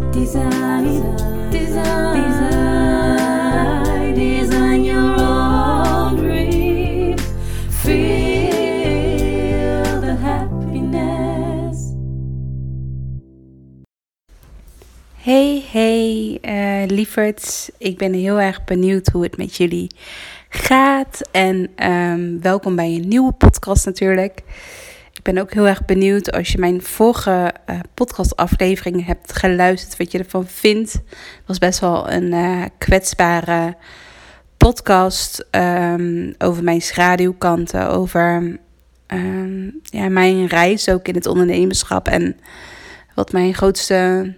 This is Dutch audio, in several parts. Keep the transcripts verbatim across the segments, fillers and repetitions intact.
Design, design, design, design your own dreams. Feel the happiness. Hey, hey, uh, lieverds. Ik ben heel erg benieuwd hoe het met jullie gaat. En um, welkom bij een nieuwe podcast natuurlijk. Ik ben ook heel erg benieuwd als je mijn vorige uh, podcastaflevering hebt geluisterd, wat je ervan vindt. Het was best wel een uh, kwetsbare podcast um, over mijn schaduwkanten, over um, ja, mijn reis ook in het ondernemerschap en wat mijn grootste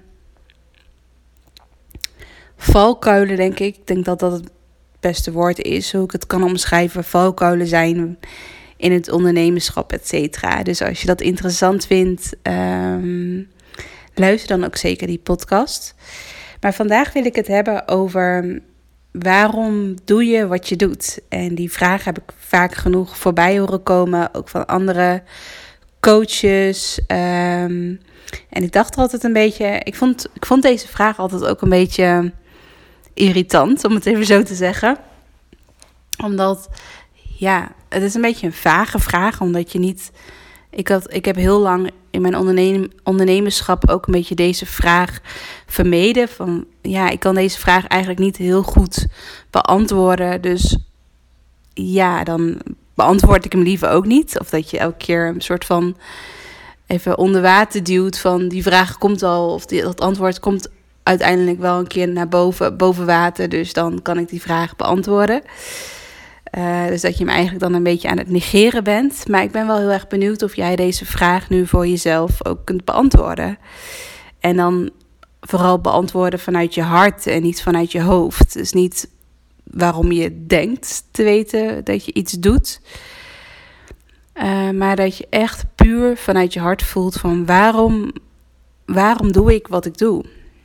valkuilen, denk ik. Ik denk dat dat het beste woord is, hoe ik het kan omschrijven. Valkuilen zijn in het ondernemerschap, et cetera. Dus als je dat interessant vindt, um, luister dan ook zeker die podcast. Maar vandaag wil ik het hebben over waarom doe je wat je doet? En die vraag heb ik vaak genoeg voorbij horen komen, ook van andere coaches. Um, en ik dacht er altijd een beetje, ik vond, ik vond deze vraag altijd ook een beetje irritant, om het even zo te zeggen. Omdat, ja, het is een beetje een vage vraag, omdat je niet... Ik, had, ik heb heel lang in mijn ondernem, ondernemerschap ook een beetje deze vraag vermeden. Van, ja, ik kan deze vraag eigenlijk niet heel goed beantwoorden. Dus ja, dan beantwoord ik hem liever ook niet. Of dat je elke keer een soort van even onder water duwt van die vraag komt al, of die, dat antwoord komt uiteindelijk wel een keer naar boven, boven water. Dus dan kan ik die vraag beantwoorden. Uh, dus dat je hem eigenlijk dan een beetje aan het negeren bent. Maar ik ben wel heel erg benieuwd of jij deze vraag nu voor jezelf ook kunt beantwoorden. En dan vooral beantwoorden vanuit je hart en niet vanuit je hoofd. Dus niet waarom je denkt te weten dat je iets doet. Uh, maar dat je echt puur vanuit je hart voelt van waarom, waarom doe ik wat ik doe?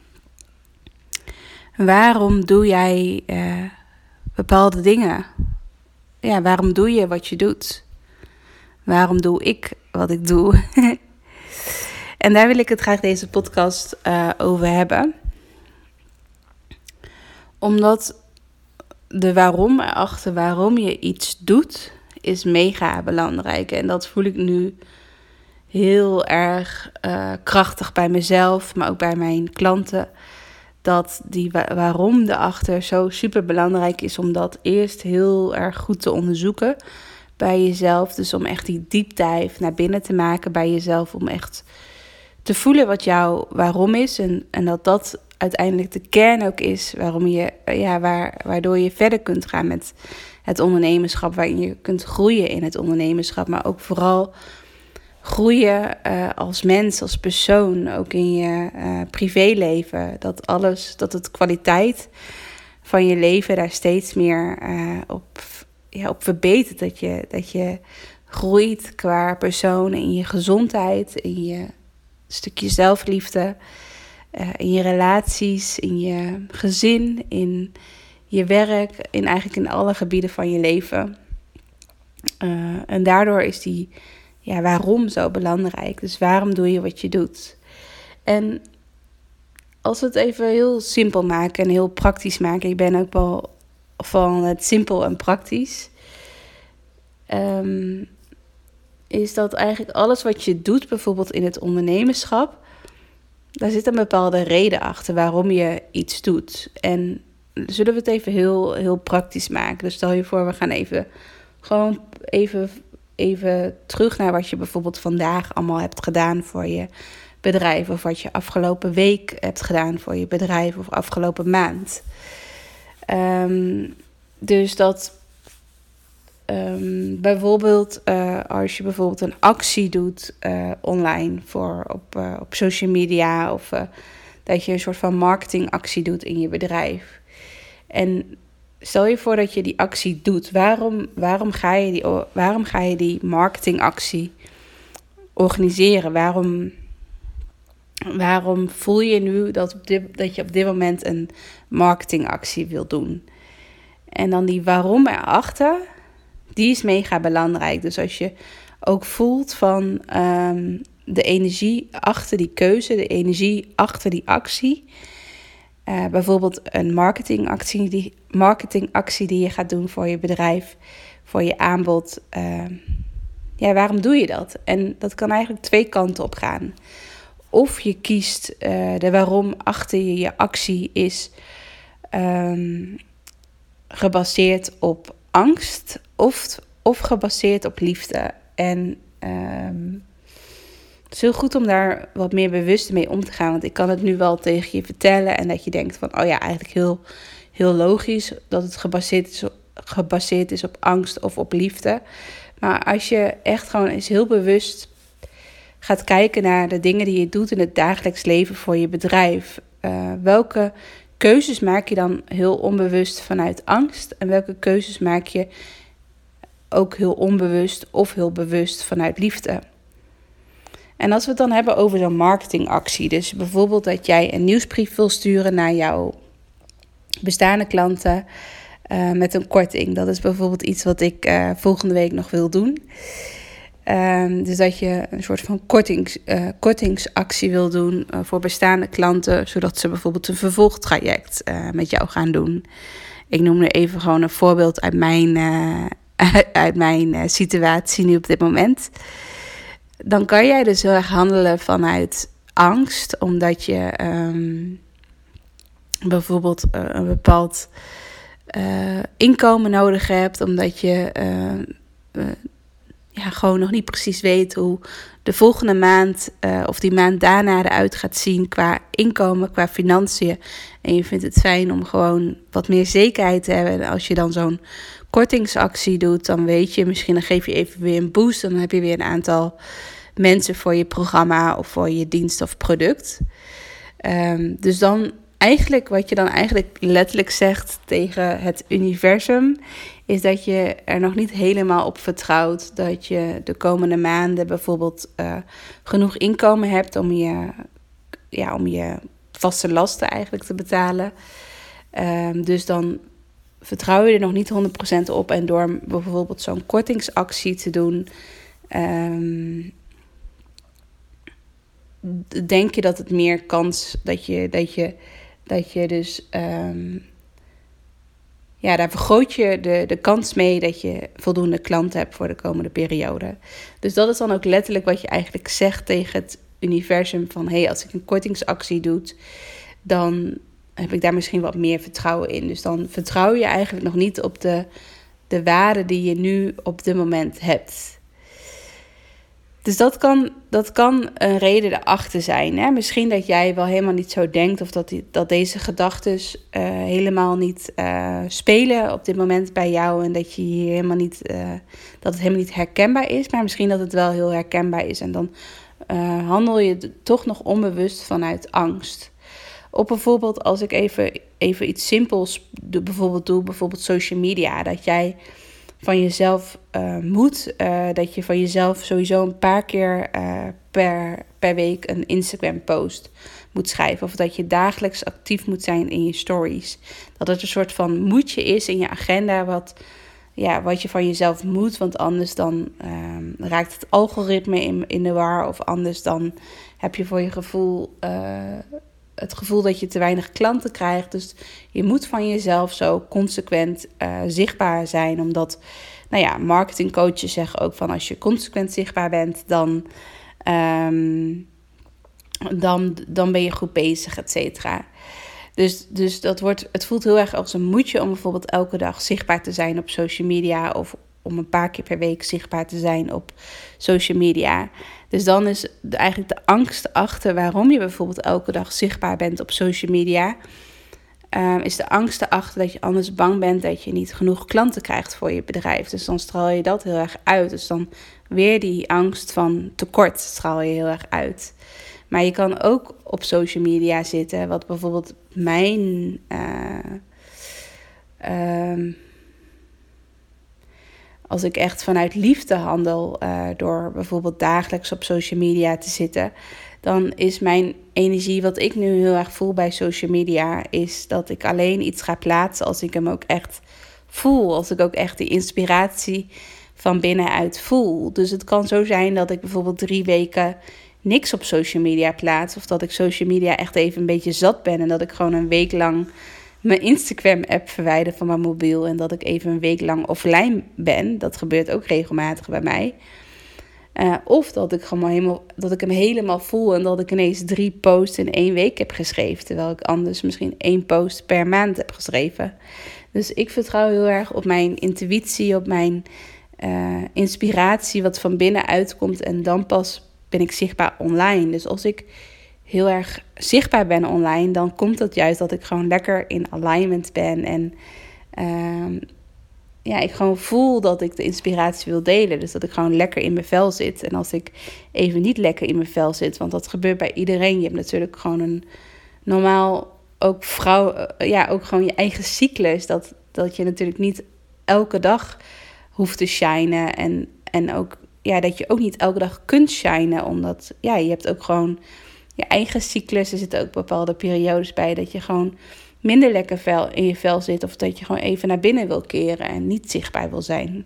Waarom doe jij uh, bepaalde dingen? Ja, waarom doe je wat je doet? Waarom doe ik wat ik doe? En daar wil ik het graag deze podcast uh, over hebben. Omdat de waarom erachter, waarom je iets doet, is mega belangrijk. En dat voel ik nu heel erg uh, krachtig bij mezelf, maar ook bij mijn klanten. Dat die wa- waarom erachter zo super belangrijk is om dat eerst heel erg goed te onderzoeken bij jezelf. Dus om echt die deep dive naar binnen te maken bij jezelf. Om echt te voelen wat jouw waarom is. En, en dat dat uiteindelijk de kern ook is waarom je, ja, waar, waardoor je verder kunt gaan met het ondernemerschap. Waarin je kunt groeien in het ondernemerschap. Maar ook vooral groeien uh, als mens, als persoon, ook in je uh, privéleven. Dat alles, dat het kwaliteit van je leven daar steeds meer uh, op, ja, op verbetert. Dat je, dat je groeit qua persoon in je gezondheid, in je stukje zelfliefde, uh, in je relaties, in je gezin, in je werk, in eigenlijk in alle gebieden van je leven. Uh, en daardoor is die Ja, waarom zo belangrijk? Dus waarom doe je wat je doet? En als we het even heel simpel maken en heel praktisch maken. Ik ben ook wel van het simpel en praktisch. Um, is dat eigenlijk alles wat je doet, bijvoorbeeld in het ondernemerschap, daar zit een bepaalde reden achter waarom je iets doet. En zullen we het even heel, heel praktisch maken. Dus stel je voor, we gaan even gewoon even... Even terug naar wat je bijvoorbeeld vandaag allemaal hebt gedaan voor je bedrijf. Of wat je afgelopen week hebt gedaan voor je bedrijf. Of afgelopen maand. Um, dus dat um, bijvoorbeeld uh, als je bijvoorbeeld een actie doet uh, online voor op, uh, op social media. Of uh, dat je een soort van marketingactie doet in je bedrijf. En stel je voor dat je die actie doet. Waarom, waarom, ga, je die, waarom ga je die marketingactie organiseren? Waarom, waarom voel je nu dat, op dit, dat je op dit moment een marketingactie wilt doen? En dan die waarom erachter, die is mega belangrijk. Dus als je ook voelt van... Um, de energie achter die keuze, de energie achter die actie. Uh, bijvoorbeeld een marketingactie die, marketingactie die je gaat doen voor je bedrijf, voor je aanbod. Uh, ja, waarom doe je dat? En dat kan eigenlijk twee kanten op gaan. Of je kiest uh, de waarom achter je, je actie is um, gebaseerd op angst of, of gebaseerd op liefde. En um, het is heel goed om daar wat meer bewust mee om te gaan. Want ik kan het nu wel tegen je vertellen en dat je denkt van, oh ja, eigenlijk heel, heel logisch dat het gebaseerd is, gebaseerd is op angst of op liefde. Maar als je echt gewoon eens heel bewust gaat kijken naar de dingen die je doet in het dagelijks leven voor je bedrijf. Uh, welke keuzes maak je dan heel onbewust vanuit angst? En welke keuzes maak je ook heel onbewust of heel bewust vanuit liefde? En als we het dan hebben over zo'n marketingactie. Dus bijvoorbeeld dat jij een nieuwsbrief wil sturen naar jouw bestaande klanten uh, met een korting. Dat is bijvoorbeeld iets wat ik uh, volgende week nog wil doen. Um, dus dat je een soort van kortings, uh, kortingsactie wil doen uh, voor bestaande klanten, zodat ze bijvoorbeeld een vervolgtraject uh, met jou gaan doen. Ik noem nu even gewoon een voorbeeld uit mijn, uh, uit mijn uh, situatie nu op dit moment. Dan kan jij dus heel erg handelen vanuit angst, omdat je um, bijvoorbeeld uh, een bepaald uh, inkomen nodig hebt, omdat je uh, uh, ja, gewoon nog niet precies weet hoe de volgende maand uh, of die maand daarna eruit gaat zien qua inkomen, qua financiën. En je vindt het fijn om gewoon wat meer zekerheid te hebben. En als je dan zo'n kortingsactie doet, dan weet je, misschien dan geef je even weer een boost. Dan heb je weer een aantal mensen voor je programma of voor je dienst of product. Um, dus dan eigenlijk, wat je dan eigenlijk letterlijk zegt tegen het universum, is dat je er nog niet helemaal op vertrouwt dat je de komende maanden bijvoorbeeld uh, genoeg inkomen hebt om je, ja, om je vaste lasten eigenlijk te betalen. Um, dus dan vertrouw je er nog niet honderd procent op. En door bijvoorbeeld zo'n kortingsactie te doen, um, denk je dat het meer kans dat je, dat je, dat je dus Um, ja, daar vergroot je de, de kans mee dat je voldoende klanten hebt voor de komende periode. Dus dat is dan ook letterlijk wat je eigenlijk zegt tegen het universum van, hé, hey, als ik een kortingsactie doe, dan heb ik daar misschien wat meer vertrouwen in. Dus dan vertrouw je eigenlijk nog niet op de, de waarde die je nu op dit moment hebt. Dus dat kan, dat kan een reden erachter zijn. Hè? Misschien dat jij wel helemaal niet zo denkt, of dat, die, dat deze gedachten uh, helemaal niet uh, spelen op dit moment bij jou. En dat, je hier helemaal niet, uh, dat het helemaal niet herkenbaar is. Maar misschien dat het wel heel herkenbaar is. En dan uh, handel je toch nog onbewust vanuit angst. Op bijvoorbeeld, als ik even, even iets simpels doe, bijvoorbeeld doe, bijvoorbeeld social media. Dat jij van jezelf uh, moet, uh, dat je van jezelf sowieso een paar keer uh, per, per week een Instagram post moet schrijven. Of dat je dagelijks actief moet zijn in je stories. Dat het een soort van moedje is in je agenda wat, ja, wat je van jezelf moet. Want anders dan um, raakt het algoritme in, in de war. Of anders dan heb je voor je gevoel Uh, het gevoel dat je te weinig klanten krijgt. Dus je moet van jezelf zo consequent uh, zichtbaar zijn. Omdat, nou ja, marketingcoaches zeggen ook van, als je consequent zichtbaar bent, dan, um, dan, dan ben je goed bezig, et cetera. Dus, dus dat wordt, het voelt heel erg als een moedje om bijvoorbeeld elke dag zichtbaar te zijn op social media, of om een paar keer per week zichtbaar te zijn op social media. Dus dan is de, eigenlijk de angst achter waarom je bijvoorbeeld elke dag zichtbaar bent op social media, Um, is de angst erachter dat je anders bang bent dat je niet genoeg klanten krijgt voor je bedrijf. Dus dan straal je dat heel erg uit. Dus dan weer die angst van tekort straal je heel erg uit. Maar je kan ook op social media zitten, wat bijvoorbeeld mijn Uh, um, als ik echt vanuit liefde handel, uh, door bijvoorbeeld dagelijks op social media te zitten, dan is mijn energie, wat ik nu heel erg voel bij social media, is dat ik alleen iets ga plaatsen als ik hem ook echt voel. Als ik ook echt die inspiratie van binnenuit voel. Dus het kan zo zijn dat ik bijvoorbeeld drie weken niks op social media plaats. Of dat ik social media echt even een beetje zat ben. En dat ik gewoon een week lang mijn Instagram-app verwijder van mijn mobiel. En dat ik even een week lang offline ben. Dat gebeurt ook regelmatig bij mij. Uh, of dat ik, gewoon helemaal, dat ik hem helemaal voel en dat ik ineens drie posts in één week heb geschreven. Terwijl ik anders misschien één post per maand heb geschreven. Dus ik vertrouw heel erg op mijn intuïtie, op mijn uh, inspiratie, wat van binnen uitkomt. En dan pas ben ik zichtbaar online. Dus als ik heel erg zichtbaar ben online, dan komt het juist dat ik gewoon lekker in alignment ben. En uh, ja, ik gewoon voel dat ik de inspiratie wil delen. Dus dat ik gewoon lekker in mijn vel zit. En als ik even niet lekker in mijn vel zit, want dat gebeurt bij iedereen. Je hebt natuurlijk gewoon een normaal, ook vrouw, ja, ook gewoon je eigen cyclus. Dat, dat je natuurlijk niet elke dag hoeft te shinen. En, en ook, ja, dat je ook niet elke dag kunt shinen. Omdat, ja, je hebt ook gewoon je eigen cyclus. Er zitten ook bepaalde periodes bij dat je gewoon minder lekker vel in je vel zit. Of dat je gewoon even naar binnen wil keren en niet zichtbaar wil zijn.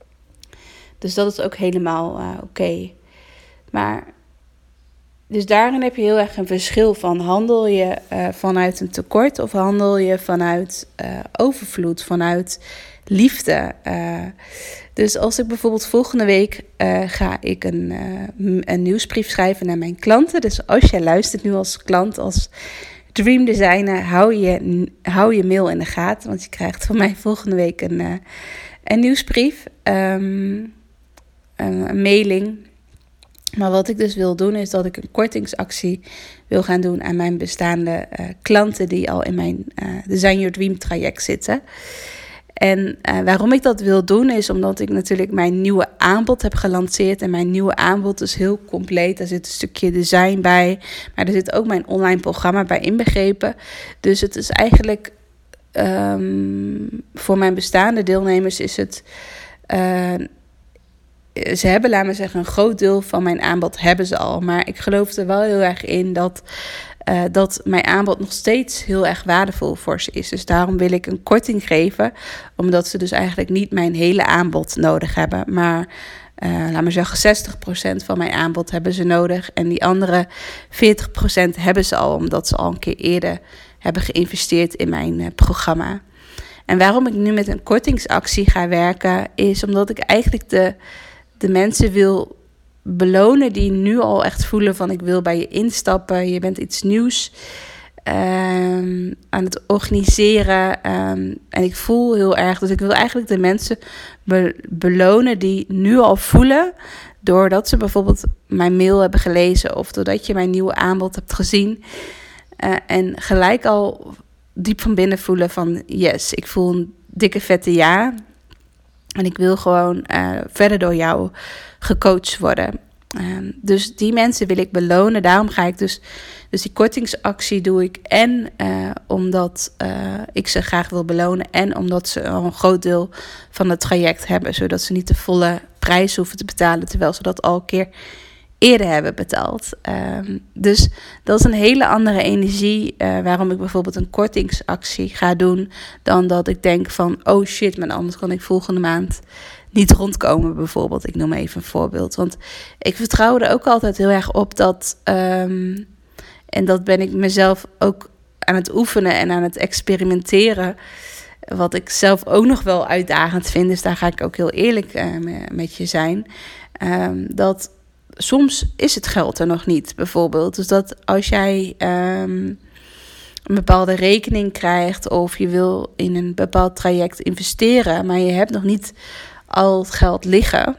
Dus dat is ook helemaal uh, oké. Okay. Maar, dus daarin heb je heel erg een verschil van. Handel je uh, vanuit een tekort of handel je vanuit uh, overvloed, vanuit liefde. Uh, dus als ik bijvoorbeeld volgende week uh, ga ik een, uh, een nieuwsbrief schrijven naar mijn klanten. Dus als jij luistert nu als klant, als Dream Designer, hou je, hou je mail in de gaten. Want je krijgt van mij volgende week een, uh, een nieuwsbrief. Um, een, een mailing. Maar wat ik dus wil doen is dat ik een kortingsactie wil gaan doen aan mijn bestaande uh, klanten die al in mijn uh, Design Your Dream traject zitten. En uh, waarom ik dat wil doen is omdat ik natuurlijk mijn nieuwe aanbod heb gelanceerd. En mijn nieuwe aanbod is heel compleet. Daar zit een stukje design bij. Maar er zit ook mijn online programma bij inbegrepen. Dus het is eigenlijk um, voor mijn bestaande deelnemers is het Uh, Ze hebben, laat maar zeggen, een groot deel van mijn aanbod hebben ze al. Maar ik geloof er wel heel erg in dat, uh, dat mijn aanbod nog steeds heel erg waardevol voor ze is. Dus daarom wil ik een korting geven. Omdat ze dus eigenlijk niet mijn hele aanbod nodig hebben. Maar uh, laat maar zeggen, zestig procent van mijn aanbod hebben ze nodig. En die andere veertig procent hebben ze al, omdat ze al een keer eerder hebben geïnvesteerd in mijn uh, programma. En waarom ik nu met een kortingsactie ga werken, is omdat ik eigenlijk de... de mensen wil belonen die nu al echt voelen van ik wil bij je instappen. Je bent iets nieuws um, aan het organiseren. Um, en ik voel heel erg, dus ik wil eigenlijk de mensen be- belonen die nu al voelen, doordat ze bijvoorbeeld mijn mail hebben gelezen of doordat je mijn nieuwe aanbod hebt gezien. Uh, en gelijk al diep van binnen voelen van yes, ik voel een dikke vette ja. En ik wil gewoon uh, verder door jou gecoacht worden. Um, dus die mensen wil ik belonen. Daarom ga ik dus... Dus die kortingsactie doe ik en uh, omdat uh, ik ze graag wil belonen. En omdat ze al een groot deel van het traject hebben. Zodat ze niet de volle prijs hoeven te betalen. Terwijl ze dat al een keer eerder hebben betaald. Um, dus dat is een hele andere energie. Uh, waarom ik bijvoorbeeld een kortingsactie ga doen. Dan dat ik denk van oh shit, maar anders kan ik volgende maand niet rondkomen bijvoorbeeld. Ik noem even een voorbeeld. Want ik vertrouw er ook altijd heel erg op dat Um, en dat ben ik mezelf ook aan het oefenen en aan het experimenteren. Wat ik zelf ook nog wel uitdagend vind. Dus daar ga ik ook heel eerlijk uh, met je zijn. Um, dat soms is het geld er nog niet, bijvoorbeeld. Dus dat als jij um, een bepaalde rekening krijgt of je wil in een bepaald traject investeren, maar je hebt nog niet al het geld liggen,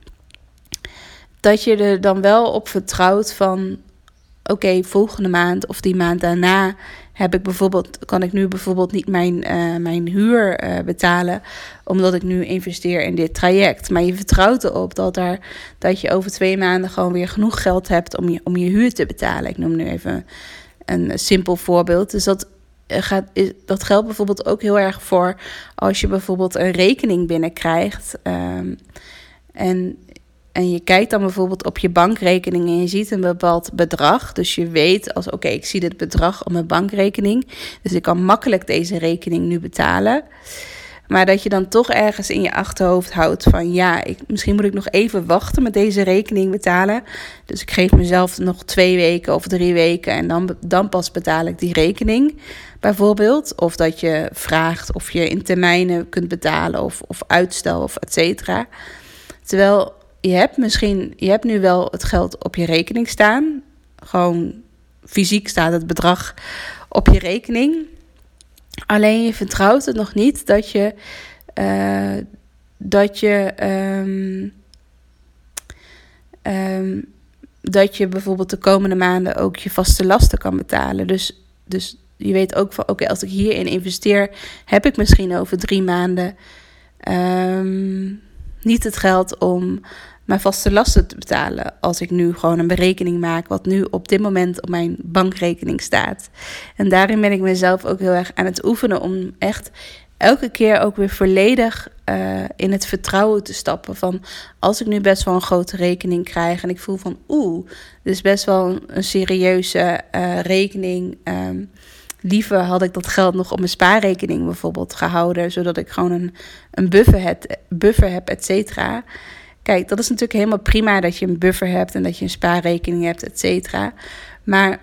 dat je er dan wel op vertrouwt van oké, okay, volgende maand of die maand daarna heb ik bijvoorbeeld, kan ik nu bijvoorbeeld niet mijn, uh, mijn huur uh, betalen, omdat ik nu investeer in dit traject. Maar je vertrouwt erop dat, er, dat je over twee maanden gewoon weer genoeg geld hebt om je, om je huur te betalen. Ik noem nu even een, een simpel voorbeeld. Dus dat, gaat, dat geldt bijvoorbeeld ook heel erg voor als je bijvoorbeeld een rekening binnenkrijgt. Um, en En je kijkt dan bijvoorbeeld op je bankrekening en je ziet een bepaald bedrag. Dus je weet als oké, okay, ik zie dit bedrag op mijn bankrekening. Dus ik kan makkelijk deze rekening nu betalen. Maar dat je dan toch ergens in je achterhoofd houdt van ja, ik, misschien moet ik nog even wachten met deze rekening betalen. Dus ik geef mezelf nog twee weken of drie weken en dan, dan pas betaal ik die rekening bijvoorbeeld. Of dat je vraagt of je in termijnen kunt betalen of, of uitstel of et cetera. Terwijl je hebt misschien, je hebt nu wel het geld op je rekening staan. Gewoon fysiek staat het bedrag op je rekening. Alleen je vertrouwt het nog niet dat je, uh, dat je, um, um, dat je bijvoorbeeld de komende maanden ook je vaste lasten kan betalen. Dus, dus je weet ook van, oké, okay, als ik hierin investeer, heb ik misschien over drie maanden um, niet het geld om mijn vaste lasten te betalen. Als ik nu gewoon een berekening maak wat nu op dit moment op mijn bankrekening staat. En daarin ben ik mezelf ook heel erg aan het oefenen om echt elke keer ook weer volledig uh, in het vertrouwen te stappen. Van als ik nu best wel een grote rekening krijg en ik voel van oeh, dit is best wel een, een serieuze uh, rekening. Um, Liever had ik dat geld nog op mijn spaarrekening bijvoorbeeld gehouden, zodat ik gewoon een, een buffer, het, buffer heb, et cetera. Kijk, dat is natuurlijk helemaal prima dat je een buffer hebt en dat je een spaarrekening hebt, et cetera. Maar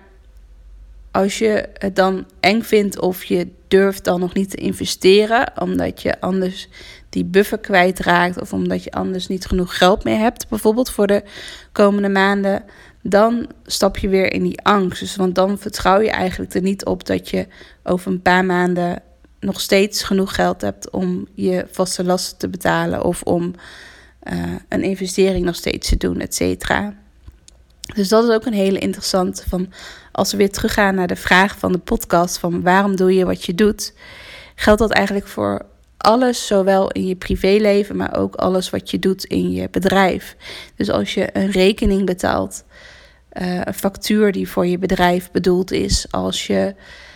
als je het dan eng vindt of je durft dan nog niet te investeren, omdat je anders die buffer kwijtraakt of omdat je anders niet genoeg geld meer hebt, bijvoorbeeld voor de komende maanden, dan stap je weer in die angst. Dus, want dan vertrouw je eigenlijk er niet op dat je over een paar maanden nog steeds genoeg geld hebt om je vaste lasten te betalen of om uh, een investering nog steeds te doen, et cetera. Dus dat is ook een hele interessante van, als we weer teruggaan naar de vraag van de podcast van waarom doe je wat je doet, geldt dat eigenlijk voor alles, zowel in je privéleven, maar ook alles wat je doet in je bedrijf. Dus als je een rekening betaalt, uh, een factuur die voor je bedrijf bedoeld is, als je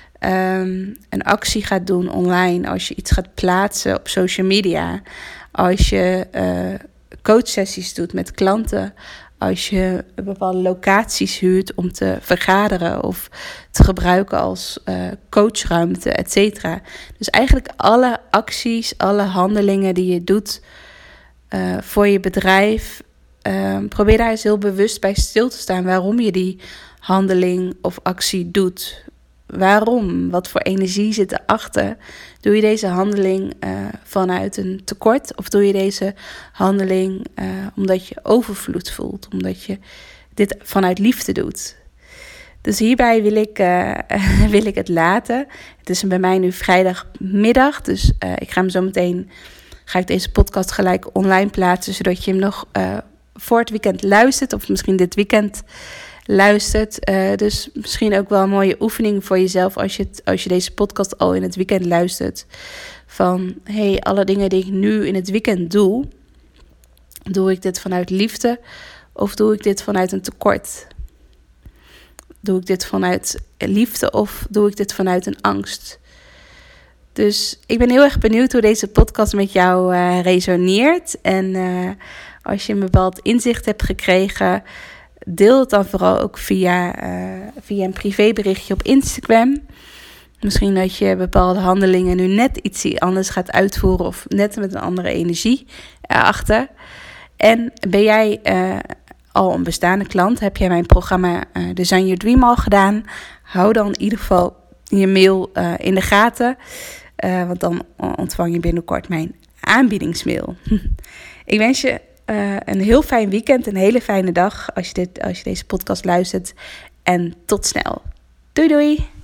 um, een actie gaat doen online, als je iets gaat plaatsen op social media, als je uh, coachsessies doet met klanten, als je bepaalde locaties huurt om te vergaderen of te gebruiken als uh, coachruimte, et cetera. Dus eigenlijk alle acties, alle handelingen die je doet uh, voor je bedrijf, uh, probeer daar eens heel bewust bij stil te staan waarom je die handeling of actie doet. Waarom? Wat voor energie zit erachter? Doe je deze handeling uh, vanuit een tekort? Of doe je deze handeling uh, omdat je overvloed voelt? Omdat je dit vanuit liefde doet? Dus hierbij wil ik, uh, wil ik het laten. Het is bij mij nu vrijdagmiddag. Dus uh, ik ga hem zo meteen, ga ik deze podcast gelijk online plaatsen. Zodat je hem nog uh, voor het weekend luistert. Of misschien dit weekend luistert. Uh, dus misschien ook wel een mooie oefening voor jezelf als je, het, als je deze podcast al in het weekend luistert. Van, hey, alle dingen die ik nu in het weekend doe, doe ik dit vanuit liefde of doe ik dit vanuit een tekort? Doe ik dit vanuit liefde of doe ik dit vanuit een angst? Dus ik ben heel erg benieuwd hoe deze podcast met jou uh, resoneert. En uh, als je een bepaald inzicht hebt gekregen, deel het dan vooral ook via, uh, via een privéberichtje op Instagram. Misschien dat je bepaalde handelingen nu net iets anders gaat uitvoeren of net met een andere energie erachter. En ben jij uh, al een bestaande klant? Heb jij mijn programma uh, Design Your Dream al gedaan? Hou dan in ieder geval je mail uh, in de gaten. Uh, want dan ontvang je binnenkort mijn aanbiedingsmail. Ik wens je Uh, een heel fijn weekend, een hele fijne dag als je, dit, als je deze podcast luistert. En tot snel. Doei doei!